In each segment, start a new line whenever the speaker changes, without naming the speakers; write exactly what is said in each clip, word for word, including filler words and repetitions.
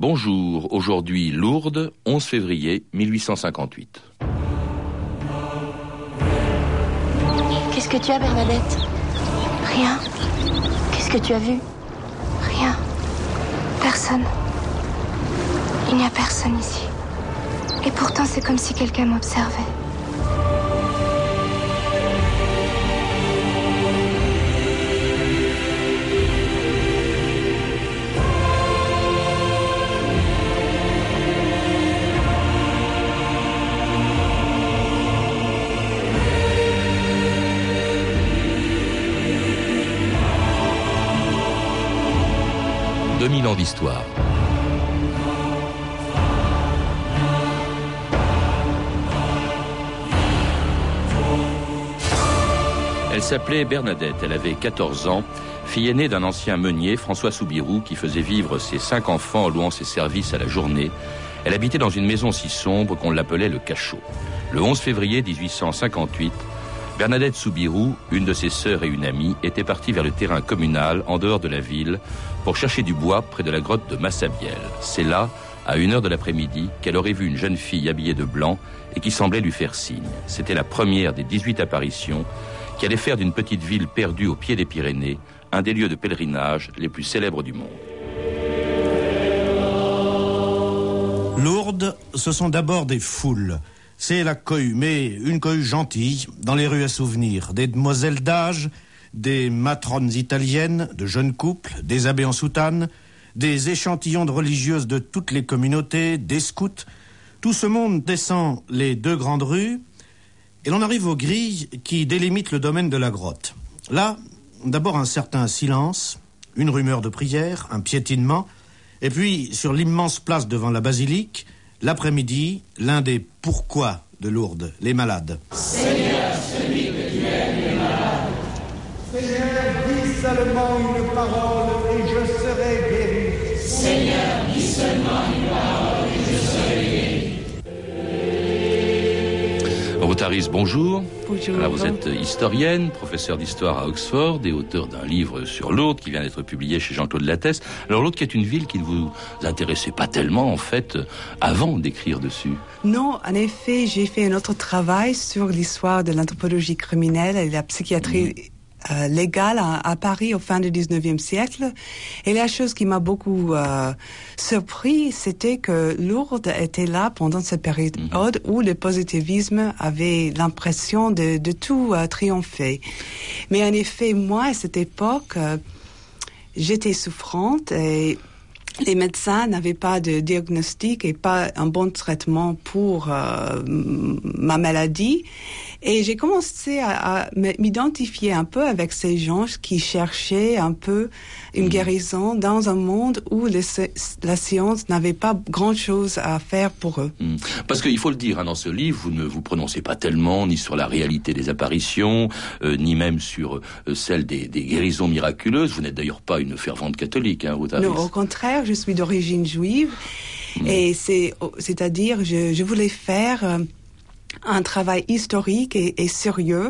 Bonjour, aujourd'hui Lourdes, onze février mille huit cent cinquante-huit.
Qu'est-ce que tu as, Bernadette? Rien. Qu'est-ce que tu as vu? Rien. Personne. Il n'y a personne ici. Et pourtant, c'est comme si quelqu'un m'observait.
deux mille ans d'histoire. Elle s'appelait Bernadette, elle avait quatorze ans, fille aînée d'un ancien meunier, François Soubirous, qui faisait vivre ses cinq enfants en louant ses services à la journée. Elle habitait dans une maison si sombre qu'on l'appelait le cachot. Le onze février dix-huit cent cinquante-huit, Bernadette Soubirous, une de ses sœurs et une amie, était partie vers le terrain communal, en dehors de la ville, pour chercher du bois près de la grotte de Massabielle. C'est là, à une heure de l'après-midi, qu'elle aurait vu une jeune fille habillée de blanc et qui semblait lui faire signe. C'était la première des dix-huit apparitions qui allait faire d'une petite ville perdue au pied des Pyrénées un des lieux de pèlerinage les plus célèbres du monde.
Lourdes, ce sont d'abord des foules. C'est la cohue, mais une cohue gentille, dans les rues à souvenirs. Des demoiselles d'âge, des matrones italiennes, de jeunes couples, des abbés en soutane, des échantillons de religieuses de toutes les communautés, des scouts. Tout ce monde descend les deux grandes rues et l'on arrive aux grilles qui délimitent le domaine de la grotte. Là, d'abord un certain silence, une rumeur de prière, un piétinement, et puis sur l'immense place devant la basilique, l'après-midi, l'un des pourquoi de Lourdes, les malades.
Seigneur, celui que tu aimes, les malades.
Seigneur, dis seulement une parole et je serai guéri.
Seigneur, dis seulement une parole et je serai guéri.
Ruth Harris, bonjour.
Bonjour.
Alors, vous êtes historienne, professeure d'histoire à Oxford et auteur d'un livre sur Lourdes qui vient d'être publié chez Jean-Claude Lattès. Alors Lourdes qui est une ville qui ne vous intéressait pas tellement en fait avant d'écrire dessus.
Non, en effet, j'ai fait un autre travail sur l'histoire de l'anthropologie criminelle et la psychiatrie mmh. euh, légale à, à Paris au fin du dix-neuvième siècle. Et la chose qui m'a beaucoup euh, surpris, c'était que Lourdes était là pendant cette période mmh. où le positivisme avait l'impression de, de tout euh, triompher. Mais en effet, moi, à cette époque, euh, j'étais souffrante et les médecins n'avaient pas de diagnostic et pas un bon traitement pour euh, ma maladie. Et j'ai commencé à, à m'identifier un peu avec ces gens qui cherchaient un peu une mmh. guérison dans un monde où les, la science n'avait pas grand-chose à faire pour eux.
Mmh. Parce qu'il faut le dire, hein, dans ce livre, vous ne vous prononcez pas tellement ni sur la réalité des apparitions, euh, ni même sur euh, celle des, des guérisons miraculeuses. Vous n'êtes d'ailleurs pas une fervente catholique, hein, Ruth Harris.
Non, au contraire, je suis d'origine juive. Mmh. Et c'est, c'est-à-dire, je, je voulais faire Euh, un travail historique et, et sérieux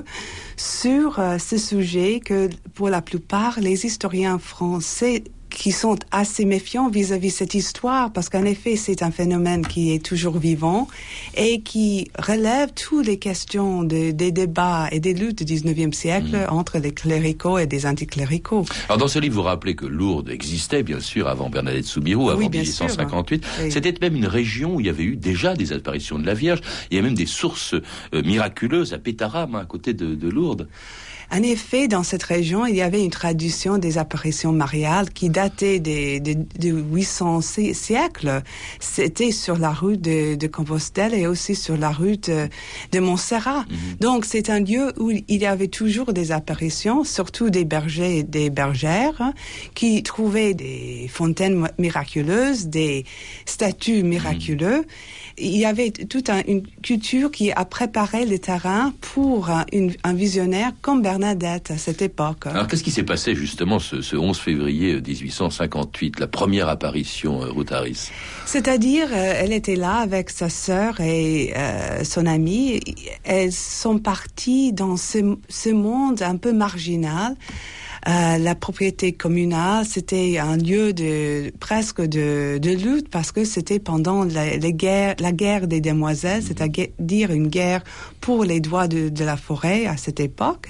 sur euh, ce sujet que, pour la plupart, les historiens français qui sont assez méfiants vis-à-vis de cette histoire, parce qu'en effet, c'est un phénomène qui est toujours vivant et qui relève toutes les questions de, des débats et des luttes du dix-neuvième siècle mmh. entre les cléricaux et des anticléricaux.
Alors, dans ce livre, vous rappelez que Lourdes existait, bien sûr, avant Bernadette Soubirous, avant
oui,
dix-huit cent cinquante-huit.
Oui.
C'était même une région où il y avait eu déjà des apparitions de la Vierge. Il y a même des sources euh, miraculeuses à Pétaram, hein, à côté de, de Lourdes.
En effet, dans cette région, il y avait une tradition des apparitions mariales qui datait des, des, des huit cents siècles. C'était sur la rue de, de Compostelle et aussi sur la rue de, de Montserrat. Mm-hmm. Donc, c'est un lieu où il y avait toujours des apparitions, surtout des bergers et des bergères, hein, qui trouvaient des fontaines miraculeuses, des statues miraculeuses. Mm-hmm. Il y avait toute un, une culture qui a préparé le terrain pour un, une, un visionnaire comme Bernadette à cette époque.
Alors, qu'est-ce qui s'est passé justement ce, ce onze février dix-huit cent cinquante-huit, la première apparition, euh, Ruth Harris?
C'est-à-dire, euh, elle était là avec sa sœur et euh, son amie. Elles sont parties dans ce, ce monde un peu marginal. Euh, la propriété communale, c'était un lieu de presque de, de lutte parce que c'était pendant la, les guerres, la guerre des demoiselles, c'est-à-dire une guerre pour les droits de, de la forêt à cette époque.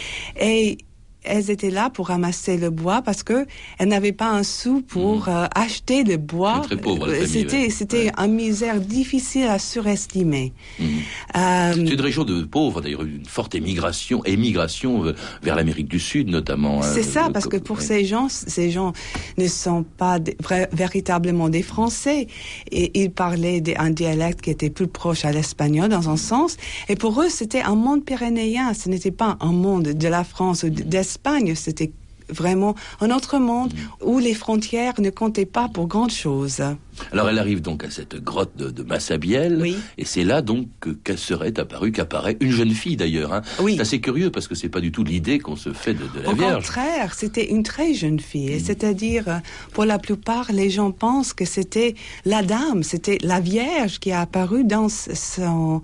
Et elles étaient là pour ramasser le bois parce que elles n'avaient pas un sou pour mmh. euh, acheter le bois.
C'est très pauvre, la famille,
c'était
ouais.
c'était
ouais.
une misère difficile à surestimer.
Mmh.
Euh,
c'est une région de pauvres, d'ailleurs, une forte émigration, émigration euh, vers l'Amérique du Sud notamment.
C'est
euh,
ça,
euh,
parce
comme,
que pour
ouais.
ces gens, ces gens ne sont pas des, vra- véritablement des Français. Et ils parlaient des, un dialecte qui était plus proche à l'espagnol dans un sens. Et pour eux, c'était un monde pyrénéen. Ce n'était pas un monde de la France ou d'Espagne. C'était vraiment un autre monde où les frontières ne comptaient pas pour grand chose.
Alors elle arrive donc à cette grotte de, de Massabielle,
oui.
et c'est là donc que, qu'elle serait apparue, qu'apparaît une jeune fille d'ailleurs. Hein.
Oui.
C'est assez curieux parce que c'est pas du tout l'idée qu'on se fait de, de la
Au
Vierge.
Au contraire, c'était une très jeune fille. Mmh. C'est-à-dire, pour la plupart, les gens pensent que c'était la dame, c'était la Vierge qui a apparu dans son...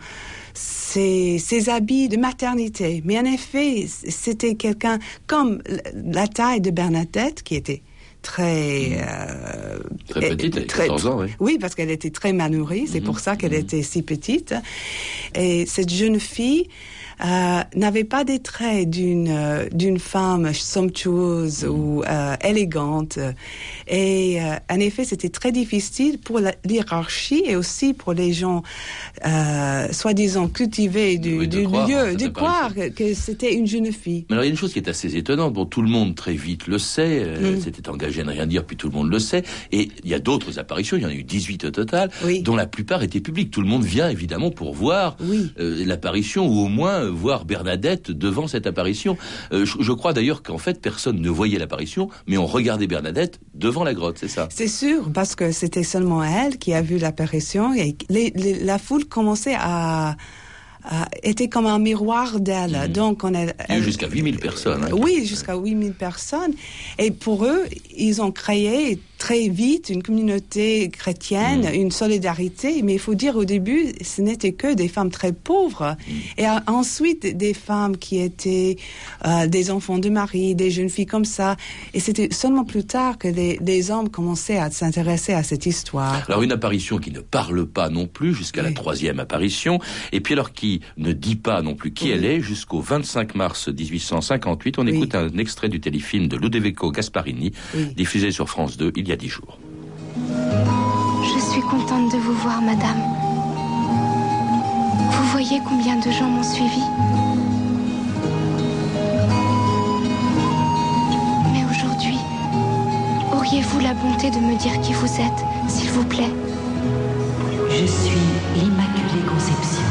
Ses, ses habits de maternité. Mais en effet, c'était quelqu'un comme la taille de Bernadette, qui était très...
Euh, très petite, avec
très,
quatorze ans, oui.
Oui, parce qu'elle était très mal nourrie, c'est mmh, pour ça qu'elle mmh. était si petite. Et cette jeune fille euh, n'avait pas des traits d'une, euh, d'une femme somptueuse mmh. ou euh, élégante. Et euh, en effet, c'était très difficile pour la, l'hiérarchie et aussi pour les gens euh, soi-disant cultivés du,
oui,
du
croire,
lieu, de croire que, que c'était une jeune fille.
Mais alors il y a une chose qui est assez étonnante, bon tout le monde très vite le sait, mmh. c'était engagé à ne rien dire, puis tout le monde le sait, et il y a d'autres apparitions, il y en a eu dix-huit au total, oui. dont la plupart étaient publiques. Tout le monde vient évidemment pour voir
oui.
euh, l'apparition, ou au moins voir Bernadette devant cette apparition. Euh, je, je crois d'ailleurs qu'en fait personne ne voyait l'apparition, mais on regardait Bernadette devant la grotte, c'est ça?
C'est sûr, parce que c'était seulement elle qui a vu l'apparition, et les, les, la foule commençait à... Euh, était comme un miroir d'elle. Mmh. Donc on a, elle,
il y a eu jusqu'à huit mille personnes. Hein,
oui, qui... jusqu'à huit mille personnes. Et pour eux, ils ont créé très vite une communauté chrétienne, mmh. une solidarité. Mais il faut dire, au début, ce n'était que des femmes très pauvres. Mmh. Et a, ensuite, des femmes qui étaient euh, des enfants de Marie, des jeunes filles comme ça. Et c'était seulement plus tard que les, les hommes commençaient à s'intéresser à cette histoire.
Alors une apparition qui ne parle pas non plus jusqu'à oui. la troisième apparition. Et puis alors qui ne dit pas non plus qui oui. elle est jusqu'au vingt-cinq mars dix-huit cent cinquante-huit. On oui. écoute un extrait du téléfilm de Ludovico Gasparini, oui. diffusé sur France deux il y a dix jours.
Je suis contente de vous voir, madame. Vous voyez combien de gens m'ont suivi. Mais aujourd'hui, auriez-vous la bonté de me dire qui vous êtes, s'il vous plaît?
Je suis l'Immaculée Conception.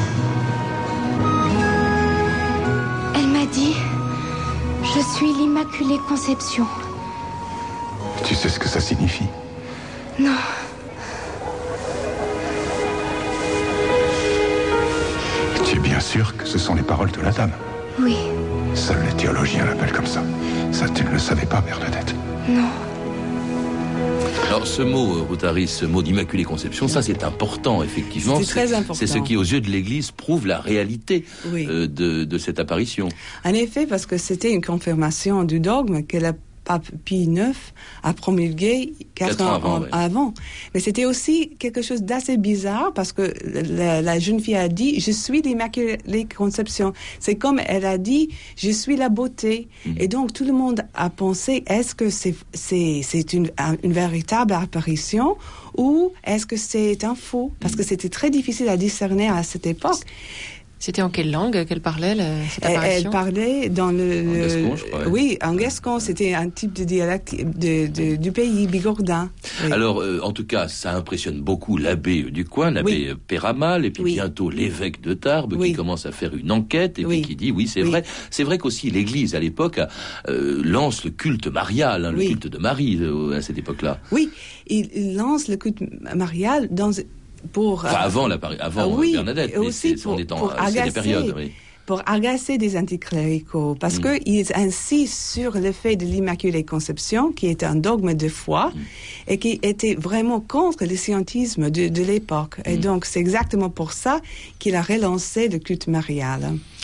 Dit, je suis l'Immaculée Conception.
Tu sais ce que ça signifie?
Non.
Tu es bien sûr que ce sont les paroles de la dame?
Oui.
Seuls les théologiens l'appellent comme ça. Ça, tu ne le savais pas, Bernadette?
Non.
Alors ce mot, Routari, ce mot d'Immaculée Conception, ça c'est important, effectivement.
C'est très important.
C'est ce qui, aux yeux de l'Église, prouve la réalité oui. euh, de, de cette apparition.
En effet, parce que c'était une confirmation du dogme que la pape Pie neuf a promulgué quatre ans avant, ouais. avant. Mais c'était aussi quelque chose d'assez bizarre parce que la, la jeune fille a dit « Je suis l'Immaculée Conception ». C'est comme elle a dit « Je suis la beauté mmh. ». Et donc tout le monde a pensé « Est-ce que c'est, c'est, c'est une, une véritable apparition ou est-ce que c'est un faux ?» Parce mmh. que c'était très difficile à discerner à cette époque.
C'était en quelle langue qu'elle parlait, la, cette apparition?
Elle parlait dans le...
En gascon, je crois.
Oui, en gascon. C'était un type de dialecte de, de, du pays, bigordan. Oui.
Alors, euh, en tout cas, ça impressionne beaucoup l'abbé du coin, l'abbé oui. Péramal, et puis oui. bientôt l'évêque de Tarbes, oui. qui commence à faire une enquête, et oui. puis qui dit, oui, c'est oui. vrai. C'est vrai qu'aussi l'Église, à l'époque, euh, lance le culte marial, hein, oui. le culte de Marie, euh, à cette époque-là.
Oui, il, il lance le culte marial dans... Pour,
enfin, avant, la, avant
oui,
Bernadette,
aussi
c'est,
pour,
est en,
pour
c'est
agacer,
des périodes. Oui.
Pour agacer des anticléricaux, parce mm. qu'ils insistent sur le fait de l'Immaculée Conception, qui est un dogme de foi, mm. et qui était vraiment contre le scientisme de, de l'époque. Mm. Et donc, c'est exactement pour ça qu'il a relancé le culte marial.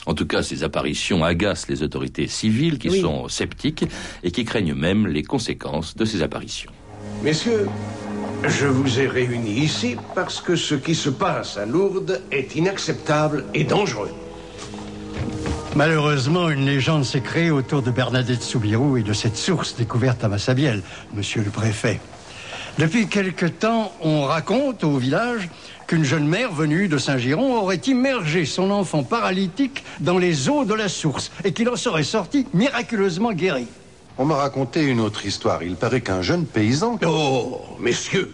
En tout cas, ces apparitions agacent les autorités civiles qui oui. sont sceptiques et qui craignent même les conséquences de ces apparitions.
Messieurs, je vous ai réunis ici parce que ce qui se passe à Lourdes est inacceptable et dangereux.
Malheureusement, une légende s'est créée autour de Bernadette Soubirous et de cette source découverte à Massabielle, monsieur le préfet. Depuis quelque temps, on raconte au village qu'une jeune mère venue de Saint-Giron aurait immergé son enfant paralytique dans les eaux de la source et qu'il en serait sorti miraculeusement guéri.
On m'a raconté une autre histoire. Il paraît qu'un jeune paysan...
Oh, messieurs,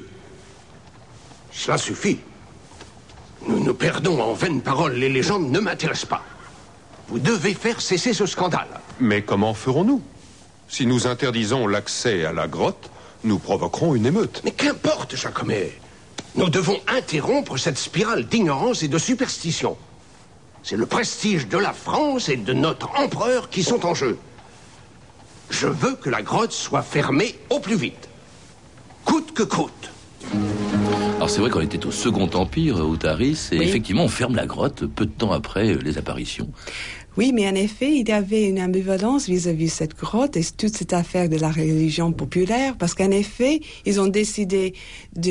cela suffit. Nous nous perdons en vaines paroles. Les légendes ne m'intéressent pas. Vous devez faire cesser ce scandale.
Mais comment ferons-nous? Si nous interdisons l'accès à la grotte, nous provoquerons une émeute.
Mais qu'importe, Jacomet. Nous devons interrompre cette spirale d'ignorance et de superstition. C'est le prestige de la France et de notre empereur qui sont en jeu. Je veux que la grotte soit fermée au plus vite. Coûte que coûte.
Alors c'est vrai qu'on était au Second Empire, Outaris, et oui. effectivement on ferme la grotte peu de temps après les apparitions.
Oui, mais en effet, il y avait une ambivalence vis-à-vis de cette grotte et toute cette affaire de la religion populaire, parce qu'en effet, ils ont décidé de...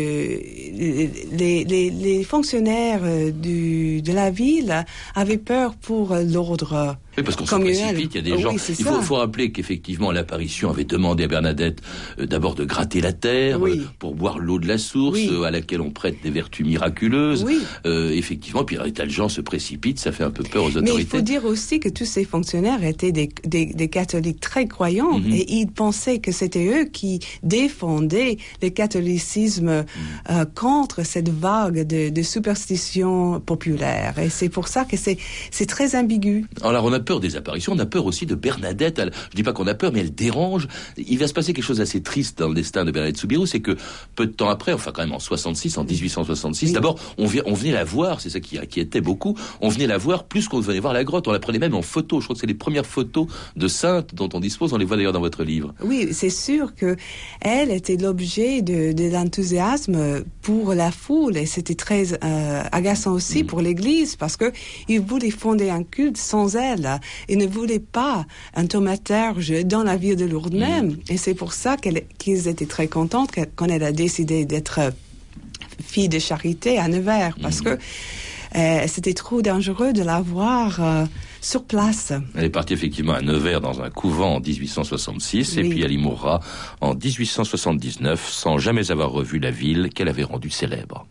Les, les, les fonctionnaires du, de la ville avaient peur pour l'ordre.
Oui, parce qu'on
communal.
se précipite, il y a des gens...
Oui,
il faut, faut rappeler qu'effectivement, l'apparition avait demandé à Bernadette euh, d'abord de gratter la terre oui. euh, pour boire l'eau de la source, oui. euh, à laquelle on prête des vertus miraculeuses. Oui. Euh, effectivement, puis un tas de gens se précipitent, ça fait un peu peur aux autorités.
Mais il faut dire aussi que tous ces fonctionnaires étaient des, des, des catholiques très croyants mm-hmm. et ils pensaient que c'était eux qui défendaient le catholicisme mm. euh, contre cette vague de, de superstition populaire. Et c'est pour ça que c'est, c'est très ambigu.
Alors on a peur des apparitions, on a peur aussi de Bernadette. Elle, je dis pas qu'on a peur, mais elle dérange. Il va se passer quelque chose d'assez triste dans le destin de Bernadette Soubirous, c'est que peu de temps après, enfin quand même en soixante-six, en dix-huit cent soixante-six, oui. d'abord on, vient, on venait la voir, c'est ça qui inquiétait beaucoup, on venait la voir plus qu'on venait voir la grotte, on la prenait même en photo. Je crois que c'est les premières photos de saintes dont on dispose, on les voit d'ailleurs dans votre livre.
Oui, c'est sûr que elle était l'objet de, de l'enthousiasme pour la foule et c'était très euh, agaçant aussi mmh. pour l'Église parce que ils voulaient fonder un culte sans elle. Ils ne voulaient pas un thaumaturge dans la ville de Lourdes mmh. même. Et c'est pour ça qu'elle, qu'ils étaient très contentes quand elle a décidé d'être fille de charité à Nevers. Parce mmh. que euh, c'était trop dangereux de la voir euh, sur place.
Elle est partie effectivement à Nevers dans un couvent en dix-huit cent soixante-six. Oui. Et puis elle y mourra en dix-huit cent soixante-dix-neuf sans jamais avoir revu la ville qu'elle avait rendue célèbre.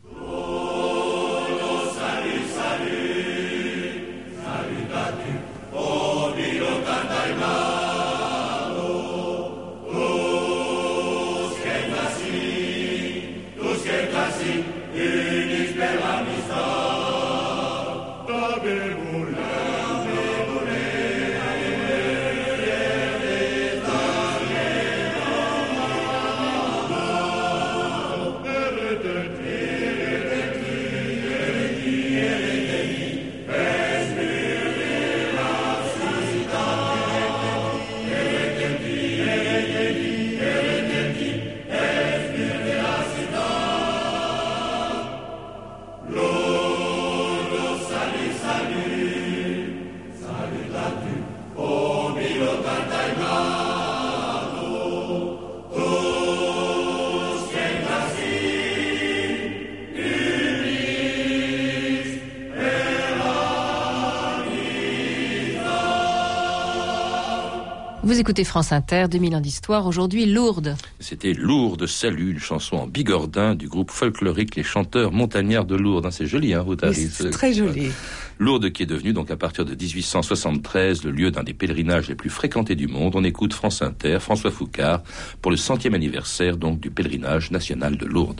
Vous écoutez France Inter, deux mille ans d'histoire, aujourd'hui Lourdes.
C'était Lourdes, salut, une chanson en bigordin du groupe folklorique Les Chanteurs Montagnards de Lourdes. C'est joli, hein, Outaris?
Oui, c'est très joli.
Lourdes qui est devenue donc à partir de dix-huit cent soixante-treize le lieu d'un des pèlerinages les plus fréquentés du monde. On écoute France Inter, François Foucard, pour le centième anniversaire donc du pèlerinage national de Lourdes.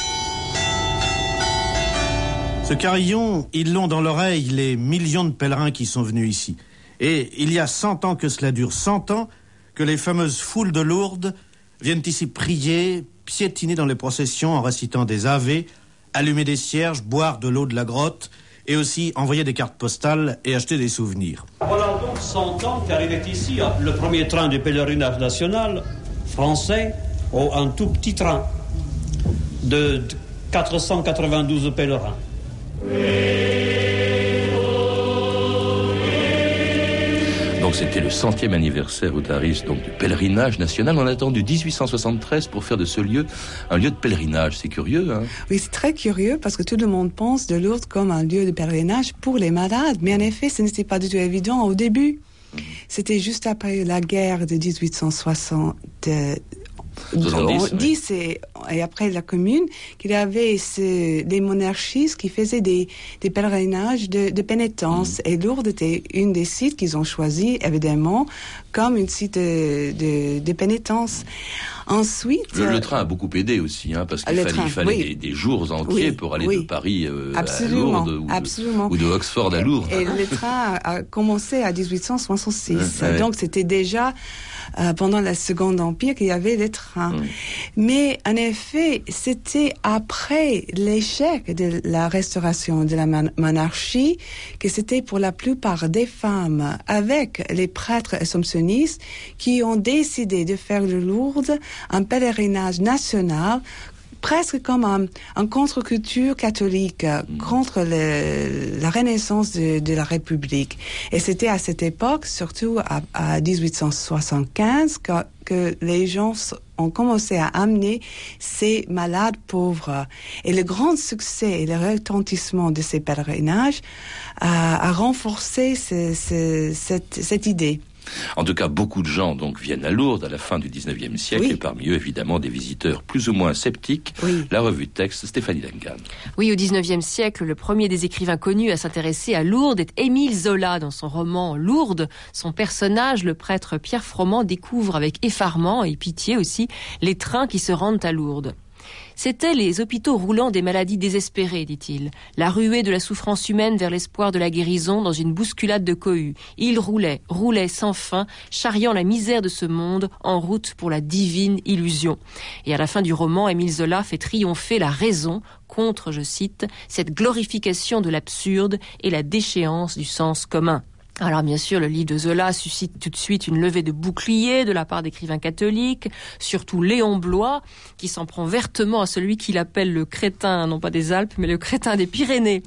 Ce carillon, ils l'ont dans l'oreille, les millions de pèlerins qui sont venus ici. Et il y a cent ans que cela dure, cent ans que les fameuses foules de Lourdes viennent ici prier, piétiner dans les processions en récitant des avés, allumer des cierges, boire de l'eau de la grotte et aussi envoyer des cartes postales et acheter des souvenirs.
Voilà donc cent ans qu'arrivait ici le premier train du pèlerinage national français, ou un tout petit train de quatre cent quatre-vingt-douze pèlerins. Oui.
Donc c'était le centième anniversaire, Routaris, donc du pèlerinage national. On a attendu dix-huit cent soixante-treize pour faire de ce lieu un lieu de pèlerinage. C'est curieux, hein? Oui,
c'est très curieux parce que tout le monde pense de Lourdes comme un lieu de pèlerinage pour les malades. Mais en effet, ce n'était pas du tout évident au début. C'était juste après la guerre de dix-huit cent soixante.
soixante-dix,
on dit, c'est, et après la commune, qu'il y avait ce, des monarchistes qui faisaient des, des pèlerinages de, de pénitence. Mmh. Et Lourdes était une des sites qu'ils ont choisi, évidemment, comme une site de, de, de pénitence. Ensuite...
Le, le train a beaucoup aidé aussi, hein, parce qu'il fallait, train, il fallait oui. des, des jours entiers oui, pour aller oui. de Paris euh, à Lourdes ou,
absolument.
ou de Oxford à Lourdes.
Et, et le train a commencé à dix-huit cent soixante-six. Ouais, donc c'était déjà euh, pendant la Seconde Empire qu'il y avait les trains. Mmh. Mais en effet, c'était après l'échec de la restauration de la monarchie que c'était pour la plupart des femmes avec les prêtres assomptionnistes qui ont décidé de faire de Lourdes un pèlerinage national, presque comme un, un contre-culture catholique, mmh. contre le, la renaissance de, de la République. Et c'était à cette époque, surtout à, à dix-huit cent soixante-quinze, que, que les gens ont commencé à amener ces malades pauvres. Et le grand succès et le retentissement de ces pèlerinages a, a renforcé ce, ce, cette, cette idée.
En tout cas, beaucoup de gens donc viennent à Lourdes à la fin du dix-neuvième siècle, oui. et parmi eux, évidemment, des visiteurs plus ou moins sceptiques. Oui. La revue de texte, Stéphanie Duncan.
Oui, au dix-neuvième siècle, le premier des écrivains connus à s'intéresser à Lourdes est Émile Zola. Dans son roman Lourdes, son personnage, le prêtre Pierre Froment, découvre avec effarement et pitié aussi les trains qui se rendent à Lourdes. C'étaient les hôpitaux roulants des maladies désespérées, dit-il. La ruée de la souffrance humaine vers l'espoir de la guérison dans une bousculade de cohue. Il roulait, roulait sans fin, charriant la misère de ce monde en route pour la divine illusion. Et à la fin du roman, Émile Zola fait triompher la raison contre, je cite, cette glorification de l'absurde et la déchéance du sens commun. Alors bien sûr, le livre de Zola suscite tout de suite une levée de boucliers de la part d'écrivains catholiques, surtout Léon Bloy, qui s'en prend vertement à celui qu'il appelle le crétin, non pas des Alpes, mais le crétin des Pyrénées.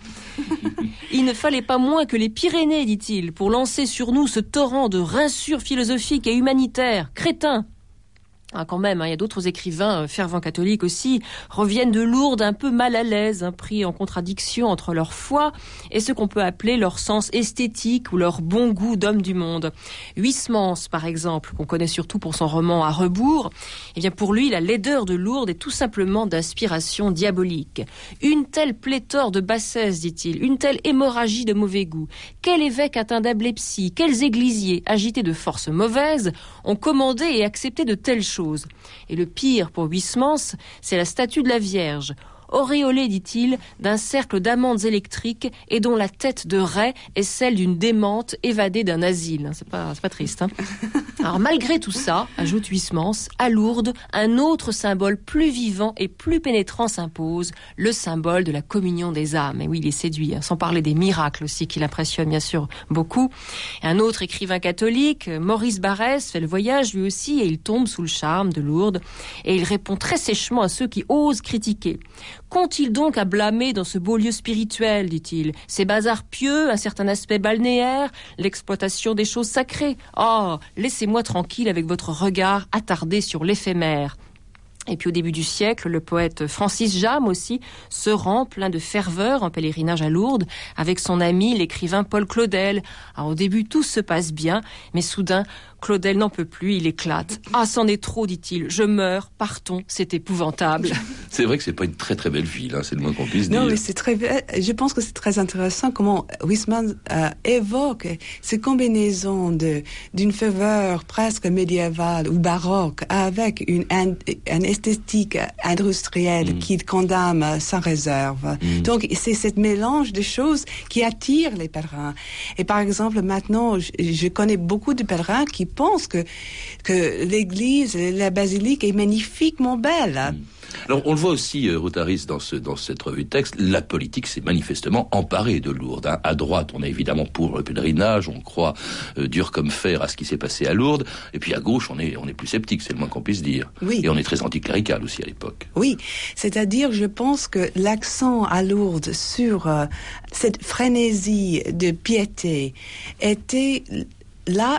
Il ne fallait pas moins que les Pyrénées, dit-il, pour lancer sur nous ce torrent de rinsures philosophiques et humanitaires. Crétin! Ah, quand même, hein, il y a d'autres écrivains euh, fervents catholiques aussi, reviennent de Lourdes un peu mal à l'aise, hein, pris en contradiction entre leur foi et ce qu'on peut appeler leur sens esthétique ou leur bon goût d'homme du monde. Huysmans, par exemple, qu'on connaît surtout pour son roman À rebours, eh bien pour lui, la laideur de Lourdes est tout simplement d'inspiration diabolique. Une telle pléthore de bassesse, dit-il, une telle hémorragie de mauvais goût. Quel évêque atteint d'ablépsie, quels églisiers agités de forces mauvaises ont commandé et accepté de telles choses. Et le pire pour Huysmans, c'est la statue de la Vierge, auréolée, dit-il, d'un cercle d'amandes électriques et dont la tête de raie est celle d'une démente évadée d'un asile. C'est pas, c'est pas triste, hein. Alors malgré tout ça, ajoute Huysmans, à Lourdes, un autre symbole plus vivant et plus pénétrant s'impose, le symbole de la communion des âmes. Et oui, il est séduit, hein, sans parler des miracles aussi qui l'impressionnent bien sûr beaucoup. Et un autre écrivain catholique, Maurice Barrès, fait le voyage lui aussi et il tombe sous le charme de Lourdes et il répond très sèchement à ceux qui osent critiquer. Qu'ont-ils donc à blâmer dans ce beau lieu spirituel, dit-il? Ces bazars pieux, un certain aspect balnéaire, l'exploitation des choses sacrées. Oh, laissez-moi tranquille avec votre regard attardé sur l'éphémère. Et puis au début du siècle, le poète Francis Jammes aussi se rend plein de ferveur en pèlerinage à Lourdes avec son ami l'écrivain Paul Claudel. Alors au début tout se passe bien, mais soudain Claudel n'en peut plus, il éclate. Ah, c'en est trop, dit-il. Je meurs, partons, c'est épouvantable.
C'est vrai que c'est pas une très très belle ville, hein, c'est le moins qu'on puisse
non,
dire.
Non, mais c'est très. Je pense que c'est très intéressant comment Huysmans euh, évoque ces combinaisons de d'une ferveur presque médiévale ou baroque avec une une esthétique industrielle mmh. qu'il condamne sans réserve. Mmh. Donc c'est ce mélange de choses qui attire les pèlerins. Et par exemple, maintenant, je, je connais beaucoup de pèlerins qui pensent que que l'église, la basilique est magnifiquement belle.
Mmh. Alors, on le voit aussi, euh, Routaris, dans, ce, dans cette revue de texte, la politique s'est manifestement emparée de Lourdes. Hein. À droite, on est évidemment pour le pèlerinage, on croit euh, dur comme fer à ce qui s'est passé à Lourdes, et puis à gauche, on est, on est plus sceptique, c'est le moins qu'on puisse dire.
Oui.
Et on est très anticlérical aussi à l'époque.
Oui, c'est-à-dire, je pense que l'accent à Lourdes sur euh, cette frénésie de piété était là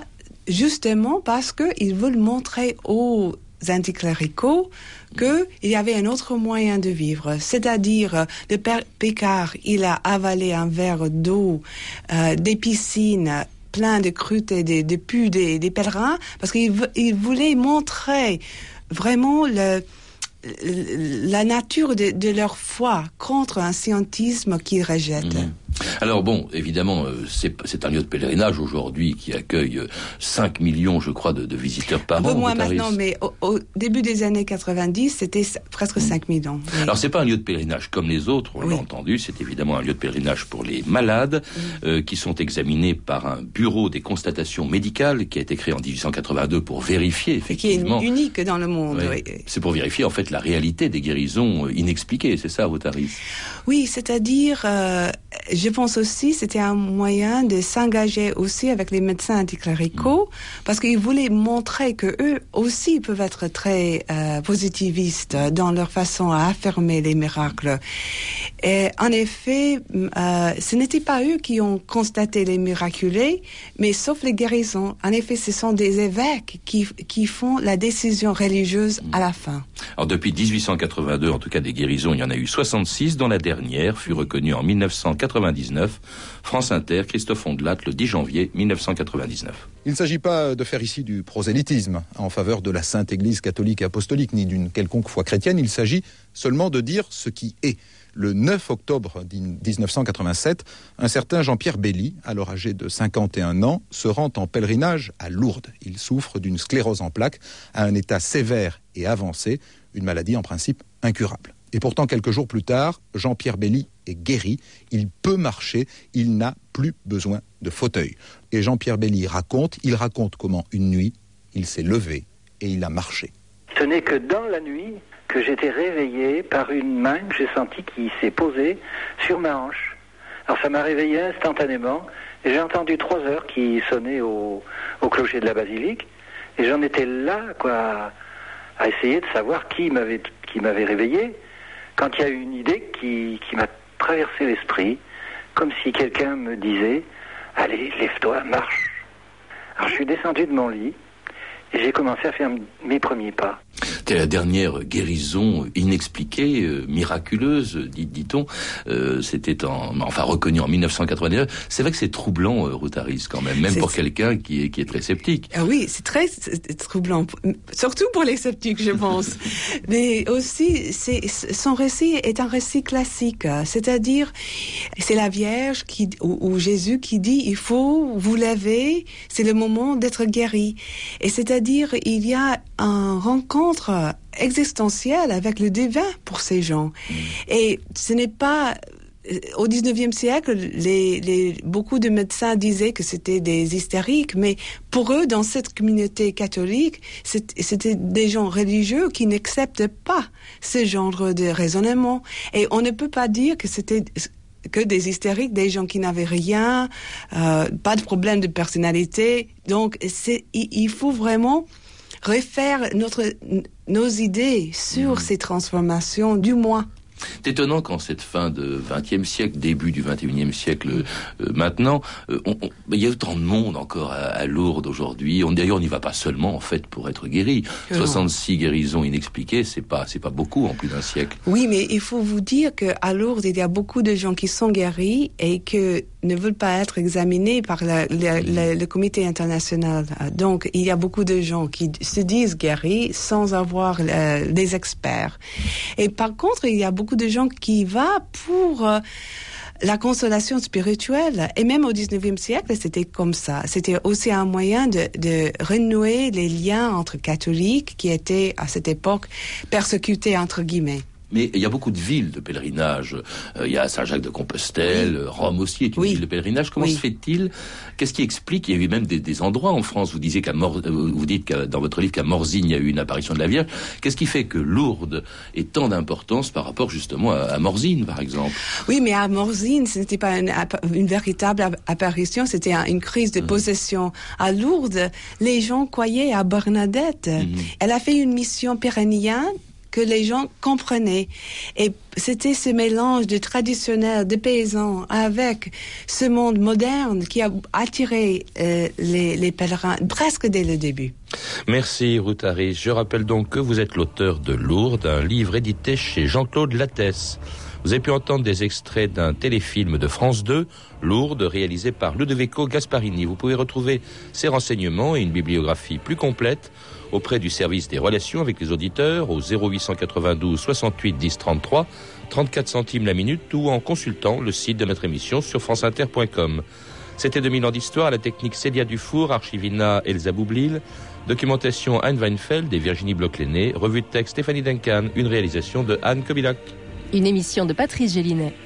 justement parce qu'ils veulent montrer aux anticléricaux qu'il y avait un autre moyen de vivre. C'est-à-dire, le père Picard, il a avalé un verre d'eau, euh, des piscines, plein de croûtes et de, de pus des, des pèlerins, parce qu'il il voulait montrer vraiment le, la nature de, de leur foi contre un scientisme qu'ils rejettent.
Mmh. Alors bon, évidemment, euh, c'est, c'est un lieu de pèlerinage aujourd'hui qui accueille euh, cinq millions, je crois, de, de visiteurs par an.
Un peu moins maintenant, mais au, au début des années quatre-vingt-dix, c'était presque mmh. cinq millions. Oui.
Alors c'est pas un lieu de pèlerinage comme les autres, on oui. l'a entendu, c'est évidemment un lieu de pèlerinage pour les malades, mmh. euh, qui sont examinés par un bureau des constatations médicales qui a été créé en dix-huit cent quatre-vingt-deux pour vérifier, effectivement...
Qui est unique dans le monde, oui.
oui. C'est pour vérifier, en fait, la réalité des guérisons inexpliquées, c'est ça, Routaris?
Oui, c'est-à-dire... Euh, Je pense aussi que c'était un moyen de s'engager aussi avec les médecins anticléricaux, mmh. parce qu'ils voulaient montrer qu'eux aussi peuvent être très euh, positivistes dans leur façon à affirmer les miracles. Et en effet, euh, ce n'était pas eux qui ont constaté les miraculés, mais sauf les guérisons. En effet, ce sont des évêques qui, qui font la décision religieuse mmh. à la fin.
Alors depuis dix-huit cent quatre-vingt-deux, en tout cas des guérisons, il y en a eu soixante-six, dont la dernière fut reconnue en dix-neuf cent quatre-vingt-dix-neuf. France Inter, Christophe Ondelat, le dix janvier mille neuf cent quatre-vingt-dix-neuf.
Il ne s'agit pas de faire ici du prosélytisme en faveur de la Sainte Église catholique et apostolique, ni d'une quelconque foi chrétienne. Il s'agit seulement de dire ce qui est. Le neuf octobre dix-neuf cent quatre-vingt-sept, un certain Jean-Pierre Belly, alors âgé de cinquante et un ans, se rend en pèlerinage à Lourdes. Il souffre d'une sclérose en plaques à un état sévère et avancé, une maladie en principe incurable. Et pourtant, quelques jours plus tard, Jean-Pierre Belly est guéri, il peut marcher, il n'a plus besoin de fauteuil. Et Jean-Pierre Belly raconte, il raconte comment une nuit, il s'est levé et il a marché.
Ce n'est que dans la nuit que j'étais réveillé par une main que j'ai sentie qui s'est posée sur ma hanche. Alors ça m'a réveillé instantanément, et j'ai entendu trois heures qui sonnaient au, au clocher de la basilique, et j'en étais là, quoi, à essayer de savoir qui m'avait, qui m'avait réveillé, quand il y a eu une idée qui, qui m'a traversé l'esprit, comme si quelqu'un me disait « Allez, lève-toi, marche ». Alors je suis descendu de mon lit et j'ai commencé à faire mes premiers pas.
C'était la dernière guérison inexpliquée, euh, miraculeuse, dit, dit-on. Euh, c'était en, enfin reconnu en dix-neuf cent quatre-vingt-neuf. C'est vrai que c'est troublant, euh, Routaris, quand même, même c'est, pour quelqu'un qui est, qui est très sceptique.
Ah oui, c'est très c'est troublant, surtout pour les sceptiques, je pense. Mais aussi, c'est, son récit est un récit classique, c'est-à-dire, c'est la Vierge qui, ou, ou Jésus qui dit, il faut vous laver, c'est le moment d'être guéri. Et c'est-à-dire, il y a un rencontre existentielle avec le divin pour ces gens. Mmh. Et ce n'est pas... Au dix-neuvième siècle, les, les, beaucoup de médecins disaient que c'était des hystériques, mais pour eux, dans cette communauté catholique, c'était, c'était des gens religieux qui n'acceptent pas ce genre de raisonnement. Et on ne peut pas dire que c'était que des hystériques, des gens qui n'avaient rien, euh, pas de problème de personnalité. Donc, c'est, il, il faut vraiment refaire notre, nos idées sur mmh. ces transformations, du moins.
C'est étonnant qu'en cette fin de vingtième siècle, début du vingt et unième siècle euh, maintenant, euh, on, on, il y a autant de monde encore à, à Lourdes aujourd'hui. On, d'ailleurs, on n'y va pas seulement en fait pour être guéri. Que soixante-six non. guérisons inexpliquées, c'est pas c'est pas beaucoup en plus d'un siècle.
Oui, mais il faut vous dire qu'à Lourdes, il y a beaucoup de gens qui sont guéris et que ne veulent pas être examinés par la, la, la, le comité international. Donc, il y a beaucoup de gens qui se disent guéris sans avoir euh, des experts. Et par contre, il y a beaucoup de gens qui vont pour euh, la consolation spirituelle. Et même au dix-neuvième siècle, c'était comme ça. C'était aussi un moyen de, de renouer les liens entre catholiques qui étaient, à cette époque, persécutés, entre guillemets.
Mais il y a beaucoup de villes de pèlerinage. Euh, il y a Saint-Jacques-de-Compostelle, oui. Rome aussi est une oui. ville de pèlerinage. Comment oui. se fait-il? Qu'est-ce qui explique? Il y a eu même des, des endroits en France. Vous disiez qu'à Mor... vous dites qu'à, dans votre livre qu'à Morzine il y a eu une apparition de la Vierge. Qu'est-ce qui fait que Lourdes ait tant d'importance par rapport justement à, à Morzine, par exemple?
Oui, mais à Morzine, ce n'était pas une, une véritable apparition. C'était une crise de mmh. possession. À Lourdes, les gens croyaient à Bernadette. Mmh. Elle a fait une mission pyrénéenne que les gens comprenaient. Et c'était ce mélange de traditionnel, de paysans, avec ce monde moderne qui a attiré euh, les, les pèlerins presque dès le début.
Merci Ruth Harris. Je rappelle donc que vous êtes l'auteur de Lourdes, un livre édité chez Jean-Claude Lattès. Vous avez pu entendre des extraits d'un téléfilm de France deux, Lourdes, réalisé par Ludovico Gasparini. Vous pouvez retrouver ces renseignements et une bibliographie plus complète auprès du service des relations avec les auditeurs au zéro huit cent quatre-vingt-douze soixante-huit dix trente-trois, trente-quatre centimes la minute, ou en consultant le site de notre émission sur franceinter point com. C'était deux mille ans d'histoire, à la technique Célia Dufour, Archivina Elsa Boublil, documentation Anne Weinfeld et Virginie Bloch-Lenné, revue de texte Stéphanie Duncan, une réalisation de Anne Kobilac.
Une émission de Patrice Gélinet.